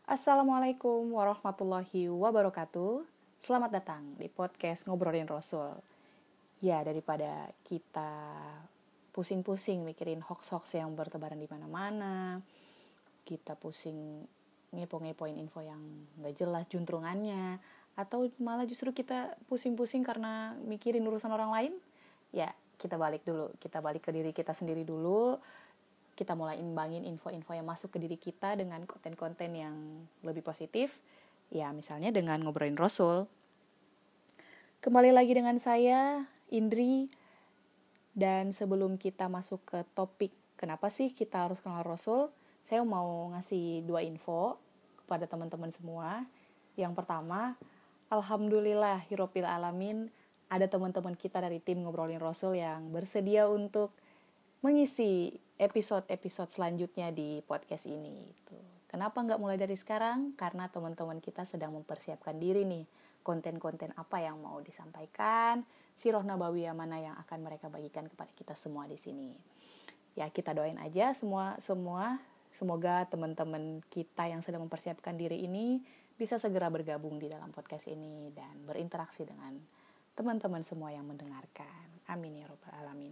Assalamualaikum warahmatullahi wabarakatuh. Selamat datang di podcast Ngobrolin Rasul. Ya, daripada kita pusing-pusing mikirin hoax-hoax yang bertebaran di mana-mana, kita pusing ngepo-ngepoin info yang gak jelas juntrungannya, atau malah justru kita pusing-pusing karena mikirin urusan orang lain, ya kita balik ke diri kita sendiri dulu. Kita mulai imbangin info-info yang masuk ke diri kita dengan konten-konten yang lebih positif. Ya, misalnya dengan ngobrolin Rasul. Kembali lagi dengan saya, Indri. Dan sebelum kita masuk ke topik kenapa sih kita harus kenal Rasul, saya mau ngasih 2 info kepada teman-teman semua. Yang pertama, alhamdulillah hirofil alamin, ada teman-teman kita dari tim Ngobrolin Rasul yang bersedia untuk mengisi episode-episode selanjutnya di podcast ini. Kenapa nggak mulai dari sekarang? Karena teman-teman kita sedang mempersiapkan diri nih, konten-konten apa yang mau disampaikan, sirah nabawiyah mana yang akan mereka bagikan kepada kita semua di sini. Ya, kita doain aja semua semoga teman-teman kita yang sedang mempersiapkan diri ini bisa segera bergabung di dalam podcast ini dan berinteraksi dengan teman-teman semua yang mendengarkan. Amin ya rabbal alamin.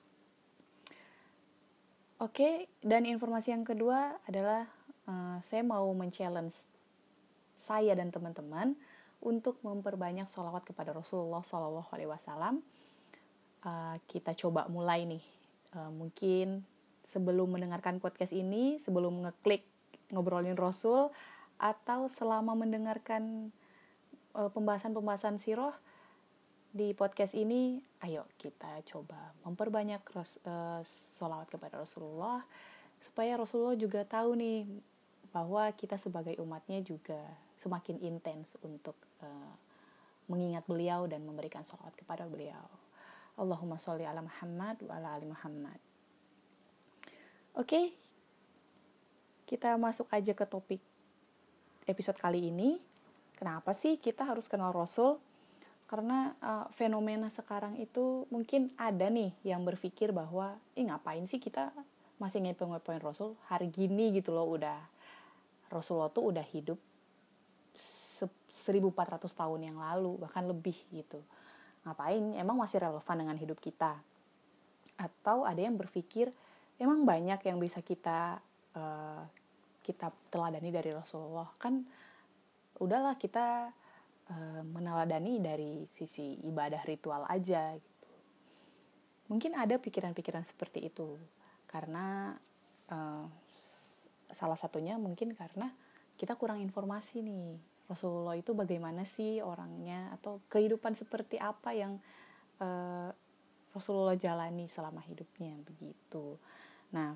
Oke, dan informasi yang kedua adalah saya mau men-challenge saya dan teman-teman untuk memperbanyak sholawat kepada Rasulullah SAW. Kita coba mulai nih, mungkin sebelum mendengarkan podcast ini, sebelum ngeklik Ngobrolin Rasul, atau selama mendengarkan pembahasan-pembahasan sirah di podcast ini, ayo kita coba memperbanyak sholawat kepada Rasulullah, supaya Rasulullah juga tahu nih bahwa kita sebagai umatnya juga semakin intens untuk mengingat beliau dan memberikan sholawat kepada beliau. Allahumma sholli ala Muhammad wa ala ali Muhammad. Oke, kita masuk aja ke topik episode kali ini. Kenapa sih kita harus kenal Rasul? Karena fenomena sekarang itu mungkin ada nih yang berpikir bahwa ngapain sih kita masih ngepo-ngepoin Rasul, hari gini gitu loh, Rasulullah tuh udah hidup 1400 tahun yang lalu, bahkan lebih gitu. Ngapain, emang masih relevan dengan hidup kita? Atau ada yang berpikir emang banyak yang bisa kita teladani dari Rasulullah, kan udahlah kita meneladani dari sisi ibadah ritual aja gitu. Mungkin ada pikiran-pikiran seperti itu karena salah satunya mungkin karena kita kurang informasi nih, Rasulullah itu bagaimana sih orangnya, atau kehidupan seperti apa yang Rasulullah jalani selama hidupnya begitu. Nah,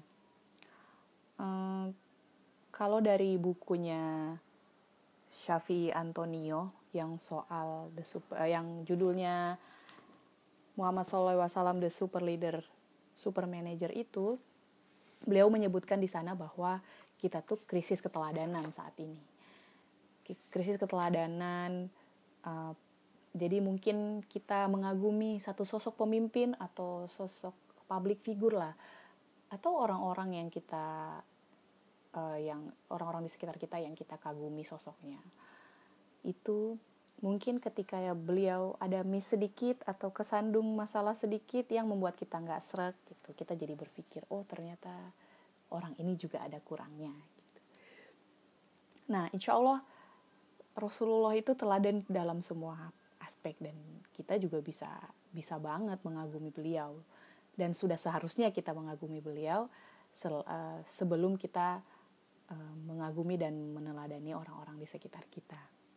kalau dari bukunya Shafi'i Antonio yang soal yang judulnya Muhammad SAW The Super Leader, Super Manager itu, beliau menyebutkan di sana bahwa kita tuh krisis keteladanan saat ini. Krisis keteladanan, jadi mungkin kita mengagumi satu sosok pemimpin atau sosok public figure lah, atau orang-orang yang kita yang orang-orang di sekitar kita yang kita kagumi sosoknya. Itu mungkin ketika beliau ada miss sedikit atau kesandung masalah sedikit yang membuat kita nggak sreg gitu, kita jadi berpikir, oh ternyata orang ini juga ada kurangnya gitu. Nah, insya Allah Rasulullah itu teladan dalam semua aspek, dan kita juga bisa banget mengagumi beliau, dan sudah seharusnya kita mengagumi beliau sebelum kita mengagumi dan meneladani orang-orang di sekitar kita.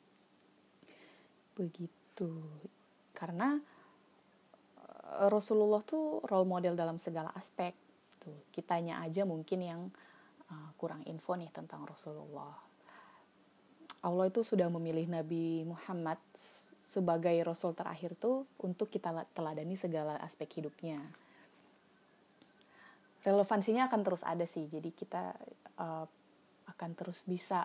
Begitu. Karena Rasulullah tuh role model dalam segala aspek. Tuh, kitanya aja mungkin yang kurang info nih tentang Rasulullah. Allah itu sudah memilih Nabi Muhammad sebagai Rasul terakhir tuh untuk kita teladani segala aspek hidupnya. Relevansinya akan terus ada sih. Jadi kita akan terus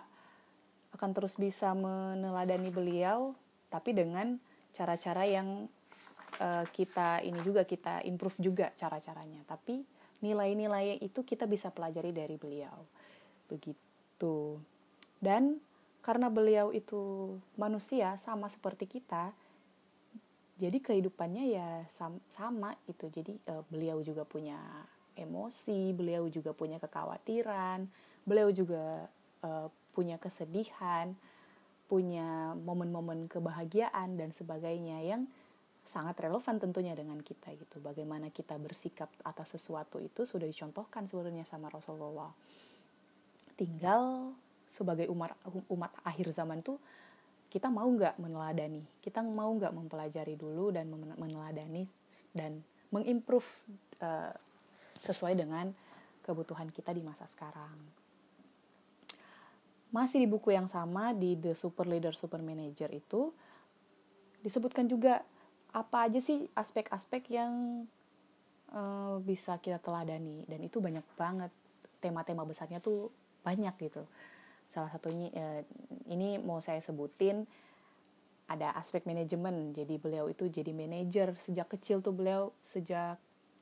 bisa meneladani beliau, tapi dengan cara-cara yang kita improve juga cara-caranya, tapi nilai-nilai itu kita bisa pelajari dari beliau begitu. Dan karena beliau itu manusia sama seperti kita, jadi kehidupannya ya sama itu. Jadi beliau juga punya emosi, beliau juga punya kekhawatiran, beliau juga punya kesedihan, punya momen-momen kebahagiaan dan sebagainya yang sangat relevan tentunya dengan kita gitu. Bagaimana kita bersikap atas sesuatu itu sudah dicontohkan sebenarnya sama Rasulullah. Tinggal sebagai umat akhir zaman tuh kita mau nggak meneladani, kita mau nggak mempelajari dulu dan meneladani dan mengimprove sesuai dengan kebutuhan kita di masa sekarang. Masih di buku yang sama, di The Super Leader Super Manager itu disebutkan juga apa aja sih aspek-aspek yang bisa kita teladani, dan itu banyak banget, tema-tema besarnya tuh banyak gitu. Salah satunya ini mau saya sebutin, ada aspek manajemen. Jadi beliau itu jadi manajer sejak kecil tuh, beliau sejak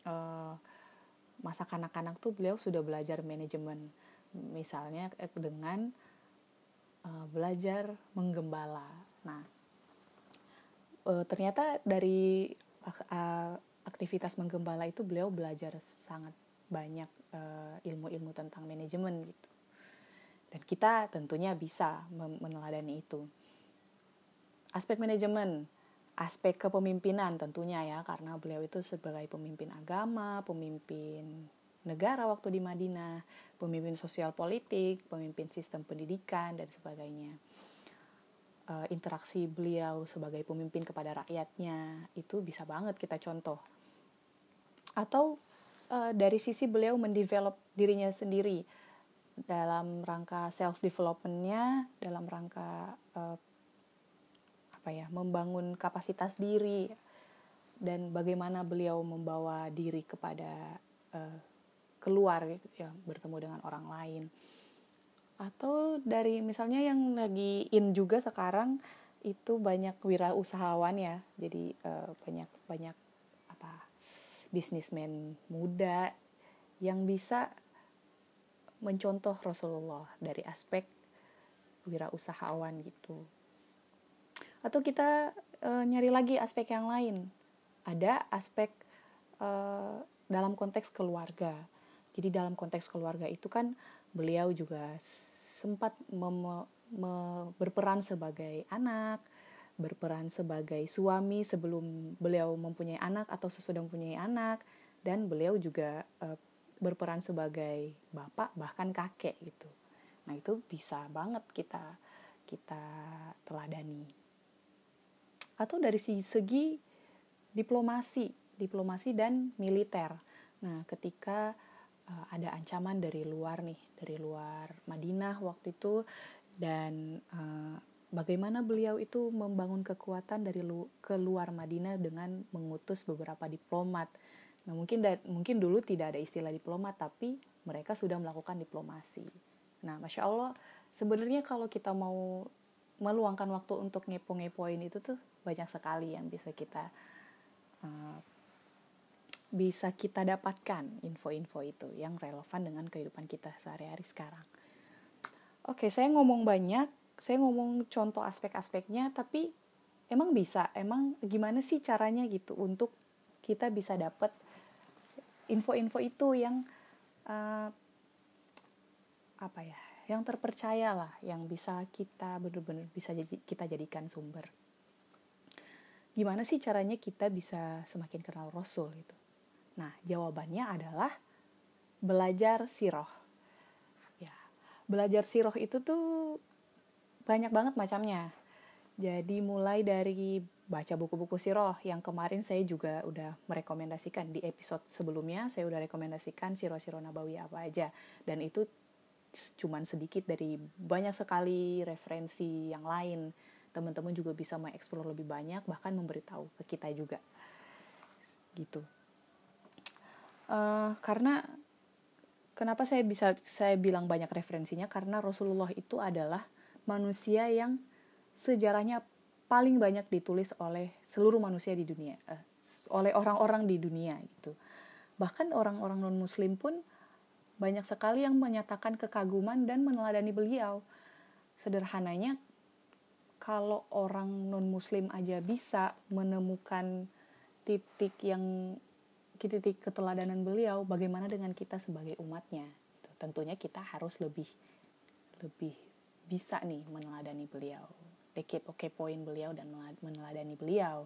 masa kanak-kanak tuh beliau sudah belajar manajemen. Misalnya dengan belajar menggembala. Nah, ternyata dari aktivitas menggembala itu beliau belajar sangat banyak ilmu-ilmu tentang manajemen gitu. Dan kita tentunya bisa meneladani itu. Aspek manajemen, aspek kepemimpinan tentunya ya, karena beliau itu sebagai pemimpin agama, pemimpin negara waktu di Madinah, pemimpin sosial politik, pemimpin sistem pendidikan, dan sebagainya. Interaksi beliau sebagai pemimpin kepada rakyatnya, itu bisa banget kita contoh. Atau dari sisi beliau mendevelop dirinya sendiri, dalam rangka self-development-nya, dalam rangka membangun kapasitas diri, dan bagaimana beliau membawa diri kepada keluar ya, bertemu dengan orang lain. Atau dari misalnya yang lagi in juga sekarang itu banyak wirausahawan ya, jadi banyak bisnismen muda yang bisa mencontoh Rasulullah dari aspek wirausahawan gitu. Atau kita nyari lagi aspek yang lain. Ada aspek dalam konteks keluarga. Jadi dalam konteks keluarga itu kan beliau juga sempat berperan sebagai anak, berperan sebagai suami sebelum beliau mempunyai anak atau sesudah mempunyai anak, dan beliau juga berperan sebagai bapak bahkan kakek gitu. Nah, itu bisa banget kita teladani. Atau dari segi diplomasi dan militer. Nah, ketika ada ancaman dari luar Madinah waktu itu, dan bagaimana beliau itu membangun kekuatan dari keluar Madinah dengan mengutus beberapa diplomat. Nah, mungkin dulu tidak ada istilah diplomat, tapi mereka sudah melakukan diplomasi. Nah, Masya Allah, sebenarnya kalau kita mau meluangkan waktu untuk ngepo-ngepoin itu tuh banyak sekali yang bisa kita dapatkan info-info itu yang relevan dengan kehidupan kita sehari-hari sekarang. Oke, saya ngomong banyak, saya ngomong contoh aspek-aspeknya, tapi emang gimana sih caranya gitu untuk kita bisa dapat info-info itu yang yang terpercaya lah, yang bisa kita benar-benar bisa kita jadikan sumber. Gimana sih caranya kita bisa semakin kenal Rasul gitu? Nah, jawabannya adalah belajar sirah. Ya, belajar sirah itu tuh banyak banget macamnya. Jadi mulai dari baca buku-buku sirah, yang kemarin saya juga udah merekomendasikan di episode sebelumnya, saya udah rekomendasikan sirah-sirah Nabawi apa aja, dan itu cuman sedikit dari banyak sekali referensi yang lain. Teman-teman juga bisa mengeksplor lebih banyak, bahkan memberitahu ke kita juga gitu. Karena kenapa saya bilang banyak referensinya, karena Rasulullah itu adalah manusia yang sejarahnya paling banyak ditulis oleh seluruh manusia di dunia, oleh orang-orang di dunia gitu. Bahkan orang-orang non-muslim pun banyak sekali yang menyatakan kekaguman dan meneladani beliau. sederhananya kalau orang non muslim aja bisa menemukan titik keteladanan beliau, bagaimana dengan kita sebagai umatnya? Tentunya kita harus lebih bisa nih meneladani beliau, kepoin beliau dan meneladani beliau.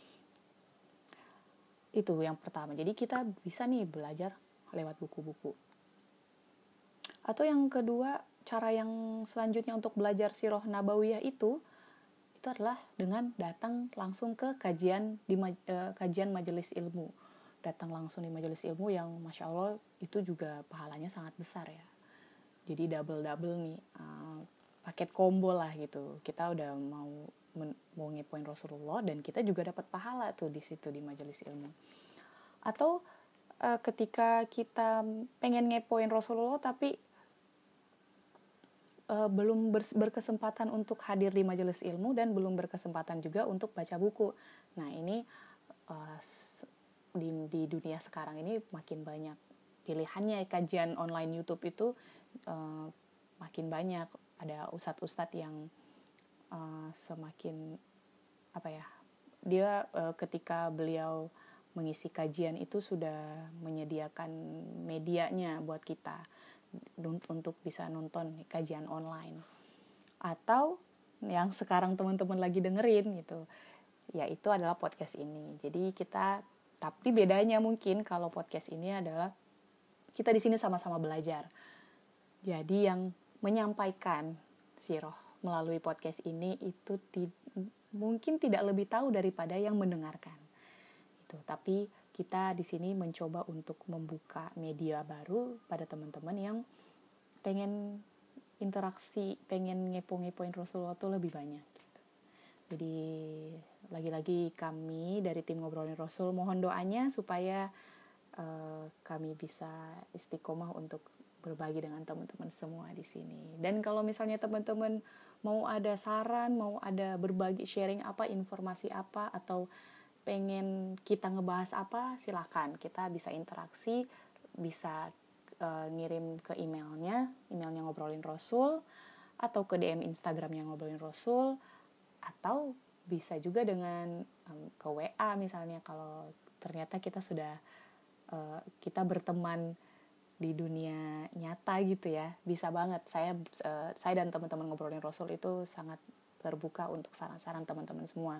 Itu yang pertama. Jadi kita bisa nih belajar lewat buku-buku. Atau yang kedua, cara yang selanjutnya untuk belajar sirah nabawiyah itu adalah dengan datang langsung ke kajian majelis ilmu. Datang langsung di majelis ilmu yang Masya Allah itu juga pahalanya sangat besar ya. Jadi double nih, paket combo lah gitu. Kita udah mau ngepoin Rasulullah dan kita juga dapat pahala tuh di situ di majelis ilmu. Atau ketika kita pengen ngepoin Rasulullah tapi belum berkesempatan untuk hadir di majelis ilmu dan belum berkesempatan juga untuk baca buku. Nah ini di dunia sekarang ini makin banyak pilihannya, kajian online YouTube itu makin banyak. Ada ustadz-ustadz yang semakin dia ketika beliau mengisi kajian itu sudah menyediakan medianya buat kita untuk bisa nonton kajian online. Atau yang sekarang teman-teman lagi dengerin gitu, yaitu adalah podcast ini. Jadi tapi bedanya mungkin kalau podcast ini adalah kita di sini sama-sama belajar. Jadi yang menyampaikan sirah melalui podcast ini itu mungkin tidak lebih tahu daripada yang mendengarkan. Tapi kita di sini mencoba untuk membuka media baru pada teman-teman yang pengen interaksi, pengen ngepoin Rasulullah tuh lebih banyak gitu. Jadi lagi-lagi kami dari tim Ngobrolin Rasul mohon doanya supaya kami bisa istiqomah untuk berbagi dengan teman-teman semua di sini. Dan kalau misalnya teman-teman mau ada saran, mau ada berbagi sharing apa, informasi apa, atau pengen kita ngebahas apa, silakan. Kita bisa interaksi, bisa ngirim ke emailnya Ngobrolin Rasul, atau ke DM Instagramnya Ngobrolin Rasul, atau bisa juga dengan ke WA misalnya kalau ternyata kita sudah kita berteman di dunia nyata gitu ya. Bisa banget. Saya dan teman-teman Ngobrolin Rasul itu sangat terbuka untuk saran-saran teman-teman semua.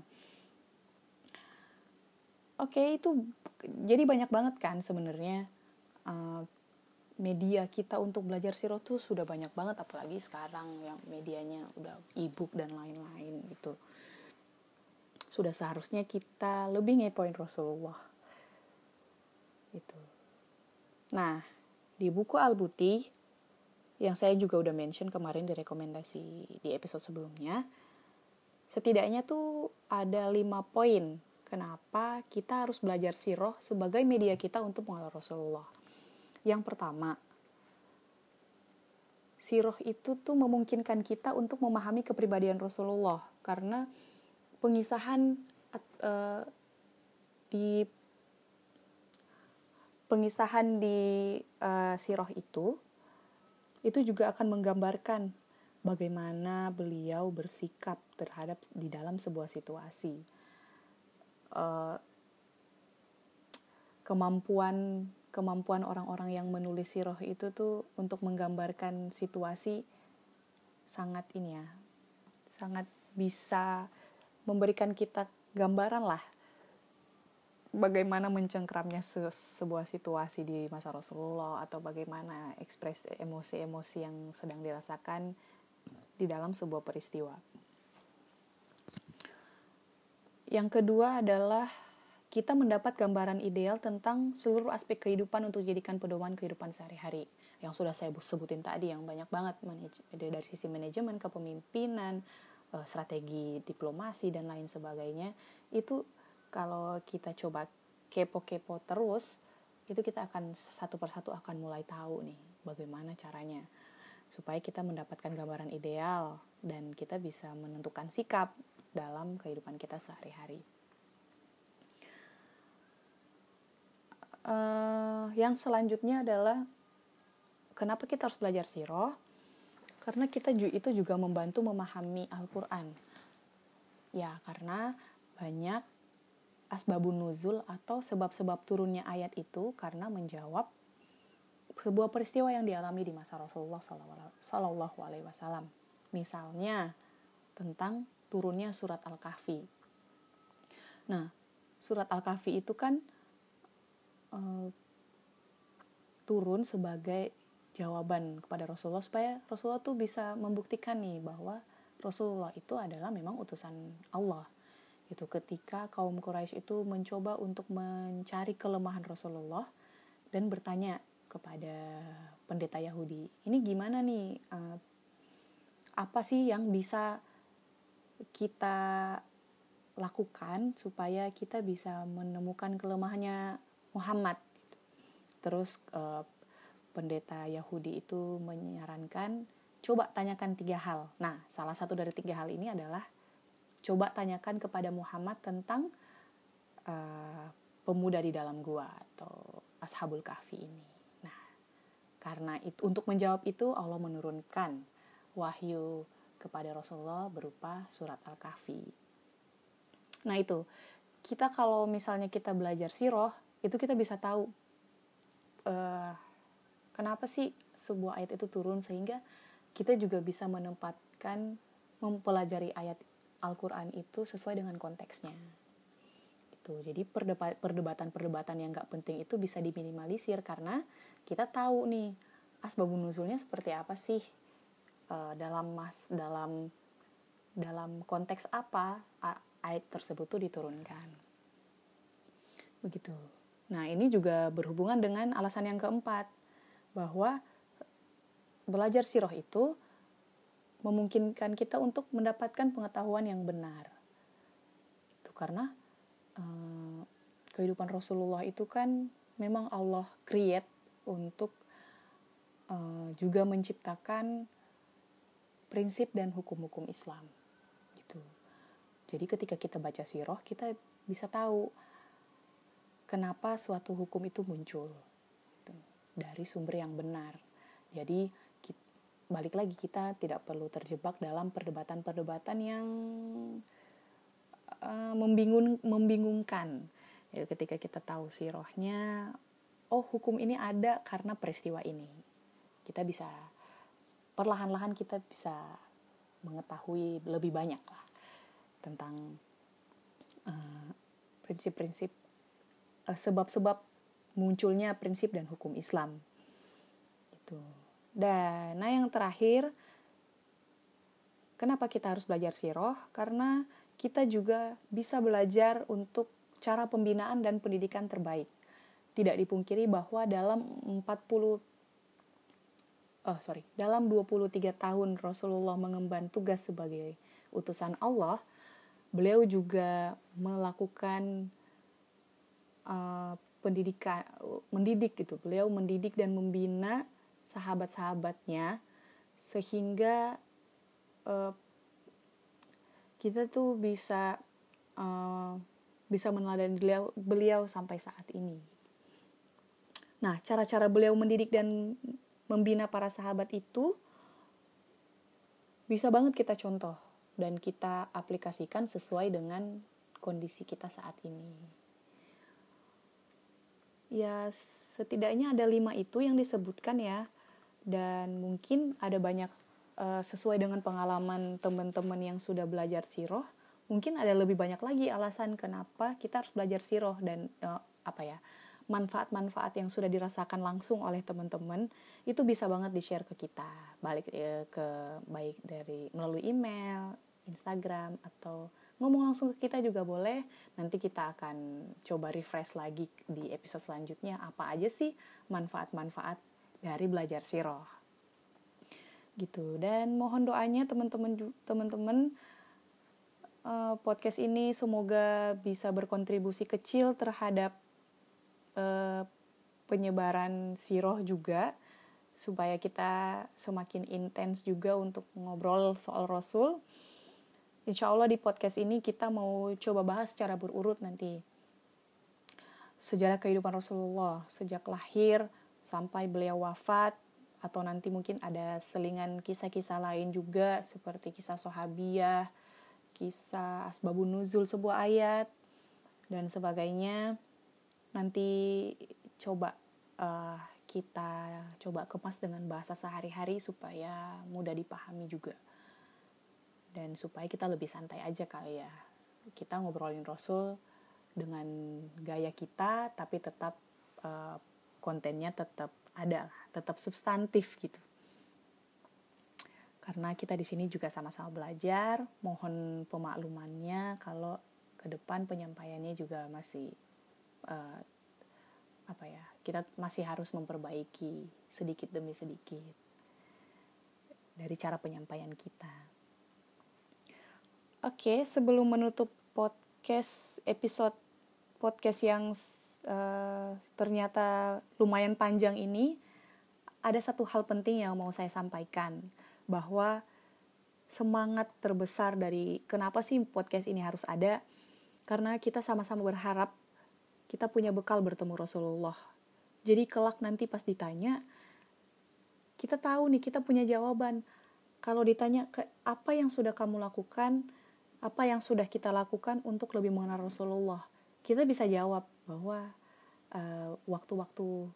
Oke, itu jadi banyak banget kan sebenarnya media kita untuk belajar sirah tuh sudah banyak banget, apalagi sekarang yang medianya udah e-book dan lain-lain gitu. Sudah seharusnya kita lebih ngepoin Rasulullah gitu. Nah, di buku Al-Buti yang saya juga udah mention kemarin di rekomendasi di episode sebelumnya, setidaknya tuh ada 5 poin kenapa kita harus belajar sirah sebagai media kita untuk mengenal Rasulullah. Yang pertama, sirah itu tuh memungkinkan kita untuk memahami kepribadian Rasulullah, karena pengisahan di sirah itu juga akan menggambarkan bagaimana beliau bersikap di dalam sebuah situasi. Kemampuan orang-orang yang menulis sirah itu tuh untuk menggambarkan situasi sangat bisa memberikan kita gambaran lah bagaimana mencengkramnya sebuah situasi di masa Rasulullah, atau bagaimana ekspresi emosi-emosi yang sedang dirasakan di dalam sebuah peristiwa. Yang kedua adalah kita mendapat gambaran ideal tentang seluruh aspek kehidupan untuk dijadikan pedoman kehidupan sehari-hari. Yang sudah saya sebutin tadi, yang banyak banget dari sisi manajemen, kepemimpinan, strategi diplomasi, dan lain sebagainya. Itu kalau kita coba kepo-kepo terus, itu kita akan satu persatu akan mulai tahu nih bagaimana caranya. Supaya kita mendapatkan gambaran ideal dan kita bisa menentukan sikap dalam kehidupan kita sehari-hari. Yang selanjutnya adalah kenapa kita harus belajar sirah? Karena itu juga membantu memahami Al-Quran. Ya, karena banyak asbabun nuzul atau sebab-sebab turunnya ayat itu karena menjawab sebuah peristiwa yang dialami di masa Rasulullah Sallallahu Alaihi Wasallam. Misalnya tentang turunnya surat Al-Kahfi. Nah, surat Al-Kahfi itu kan turun sebagai jawaban kepada Rasulullah supaya Rasulullah tuh bisa membuktikan nih bahwa Rasulullah itu adalah memang utusan Allah. Itu ketika kaum Quraisy itu mencoba untuk mencari kelemahan Rasulullah dan bertanya kepada pendeta Yahudi, ini gimana nih, apa sih yang bisa kita lakukan supaya kita bisa menemukan kelemahannya Muhammad. Terus pendeta Yahudi itu menyarankan coba tanyakan 3 hal. Nah, salah satu dari 3 hal ini adalah coba tanyakan kepada Muhammad tentang pemuda di dalam gua atau Ashabul Kahfi ini. Nah, karena itu untuk menjawab itu Allah menurunkan wahyu kepada Rasulullah berupa surat Al-Kahfi. Nah, itu kita kalau misalnya kita belajar sirah, itu kita bisa tahu kenapa sih sebuah ayat itu turun, sehingga kita juga bisa mempelajari ayat Al-Quran itu sesuai dengan konteksnya. Jadi perdebatan-perdebatan yang gak penting itu bisa diminimalisir karena kita tahu nih asbabun nuzulnya seperti apa sih, dalam konteks apa ayat tersebut tuh diturunkan. Begitu. Nah, ini juga berhubungan dengan alasan yang keempat, bahwa belajar sirah itu memungkinkan kita untuk mendapatkan pengetahuan yang benar. Itu karena kehidupan Rasulullah itu kan memang Allah create untuk juga menciptakan prinsip dan hukum-hukum Islam. Gitu. Jadi ketika kita baca sirah, kita bisa tahu kenapa suatu hukum itu muncul dari sumber yang benar. Jadi balik lagi, kita tidak perlu terjebak dalam perdebatan-perdebatan yang membingungkan. Jadi ketika kita tahu sirahnya, hukum ini ada karena peristiwa ini, kita bisa perlahan-lahan kita bisa mengetahui lebih banyak lah tentang prinsip-prinsip, sebab-sebab munculnya prinsip dan hukum Islam. Gitu. Dan yang terakhir, kenapa kita harus belajar sirah? Karena kita juga bisa belajar untuk cara pembinaan dan pendidikan terbaik. Tidak dipungkiri bahwa dalam 23 tahun Rasulullah mengemban tugas sebagai utusan Allah, beliau juga melakukan mendidik gitu. Beliau mendidik dan membina sahabat-sahabatnya sehingga kita tuh bisa meneladani beliau sampai saat ini. Nah, cara-cara beliau mendidik dan membina para sahabat itu bisa banget kita contoh dan kita aplikasikan sesuai dengan kondisi kita saat ini. Ya, setidaknya ada 5 itu yang disebutkan ya, dan mungkin ada banyak sesuai dengan pengalaman teman-teman yang sudah belajar sirah, mungkin ada lebih banyak lagi alasan kenapa kita harus belajar sirah dan manfaat-manfaat yang sudah dirasakan langsung oleh teman-teman itu bisa banget di-share ke kita, baik dari melalui email, Instagram, atau ngomong langsung ke kita juga boleh. Nanti kita akan coba refresh lagi di episode selanjutnya apa aja sih manfaat-manfaat dari belajar sirah. Gitu. Dan mohon doanya teman-teman, podcast ini semoga bisa berkontribusi kecil terhadap penyebaran sirah juga, supaya kita semakin intens juga untuk ngobrol soal Rasul. Insya Allah di podcast ini kita mau coba bahas secara berurut nanti sejarah kehidupan Rasulullah sejak lahir sampai beliau wafat, atau nanti mungkin ada selingan kisah-kisah lain juga seperti kisah Sahabiyah, kisah asbabun nuzul sebuah ayat dan sebagainya. Nanti coba kita coba kemas dengan bahasa sehari-hari supaya mudah dipahami juga. Dan supaya kita lebih santai aja kali ya. Kita ngobrolin Rasul dengan gaya kita, tapi tetap kontennya tetap ada, tetap substantif gitu. Karena kita di sini juga sama-sama belajar, mohon pemaklumannya kalau ke depan penyampaiannya juga masih kita masih harus memperbaiki sedikit demi sedikit dari cara penyampaian kita. Oke, sebelum menutup episode podcast yang ternyata lumayan panjang ini, ada satu hal penting yang mau saya sampaikan, bahwa semangat terbesar dari kenapa sih podcast ini harus ada, karena kita sama-sama berharap kita punya bekal bertemu Rasulullah. Jadi kelak nanti pas ditanya, kita tahu nih, kita punya jawaban. Kalau ditanya apa yang sudah kamu lakukan, apa yang sudah kita lakukan untuk lebih mengenal Rasulullah, kita bisa jawab bahwa waktu-waktu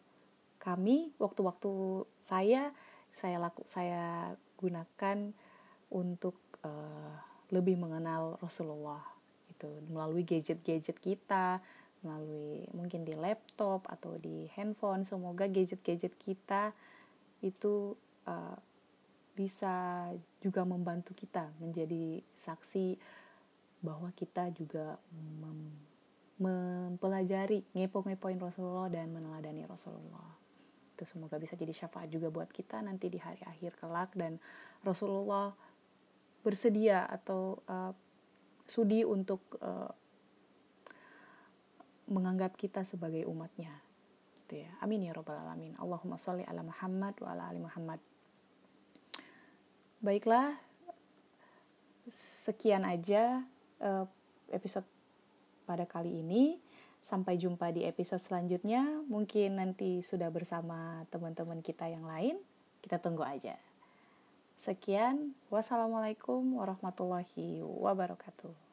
saya gunakan untuk lebih mengenal Rasulullah itu melalui gadget-gadget kita, melalui mungkin di laptop atau di handphone. Semoga gadget-gadget kita itu bisa juga membantu kita menjadi saksi bahwa kita juga mempelajari, ngepo-ngepoin Rasulullah dan meneladani Rasulullah. Itu semoga bisa jadi syafaat juga buat kita nanti di hari akhir kelak, dan Rasulullah bersedia atau sudi untuk menganggap kita sebagai umatnya gitu ya. Amin ya rabbal alamin. Allahumma sholli ala Muhammad wa ala ali Muhammad. Baiklah, sekian aja episode pada kali ini. Sampai jumpa di episode selanjutnya. Mungkin nanti sudah bersama teman-teman kita yang lain. Kita tunggu aja. Sekian, wassalamualaikum warahmatullahi wabarakatuh.